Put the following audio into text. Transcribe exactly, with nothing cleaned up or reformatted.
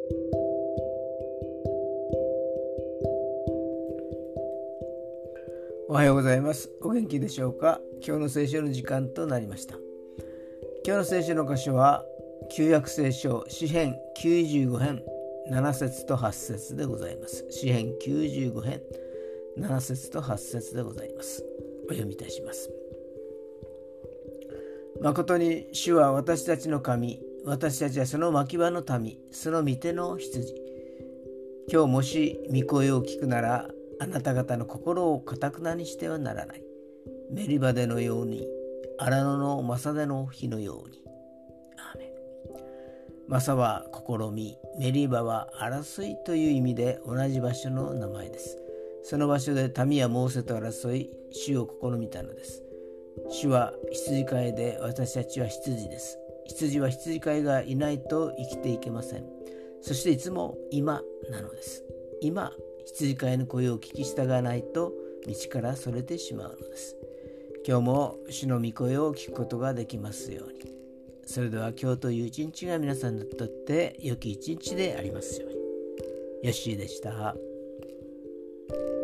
おはようございます。お元気でしょうか。今日の聖書の時間となりました。今日の聖書の箇所は旧約聖書詩編きゅうじゅうご編なな節とはち節でございます。詩編きゅうじゅうご編なな節とはち節でございます。お読みいたします。誠に主は私たちの神、私たちはその牧場の民、その御手の羊。今日もし御声を聞くなら、あなた方の心を堅くなにしてはならない。メリバでのように、荒野のマサでの日のように。アーメン。マサは試み、メリバは争いという意味で同じ場所の名前です。その場所で民はモーセと争い、主を試みたのです。主は羊飼いで、私たちは羊です。羊は羊飼いがいないと生きていけません。そしていつも今なのです。今、羊飼いの声を聞き従わないと道からそれてしまうのです。今日も主の御声を聞くことができますように。それでは今日という一日が皆さんにとって良き一日でありますように。ヨッシーでした。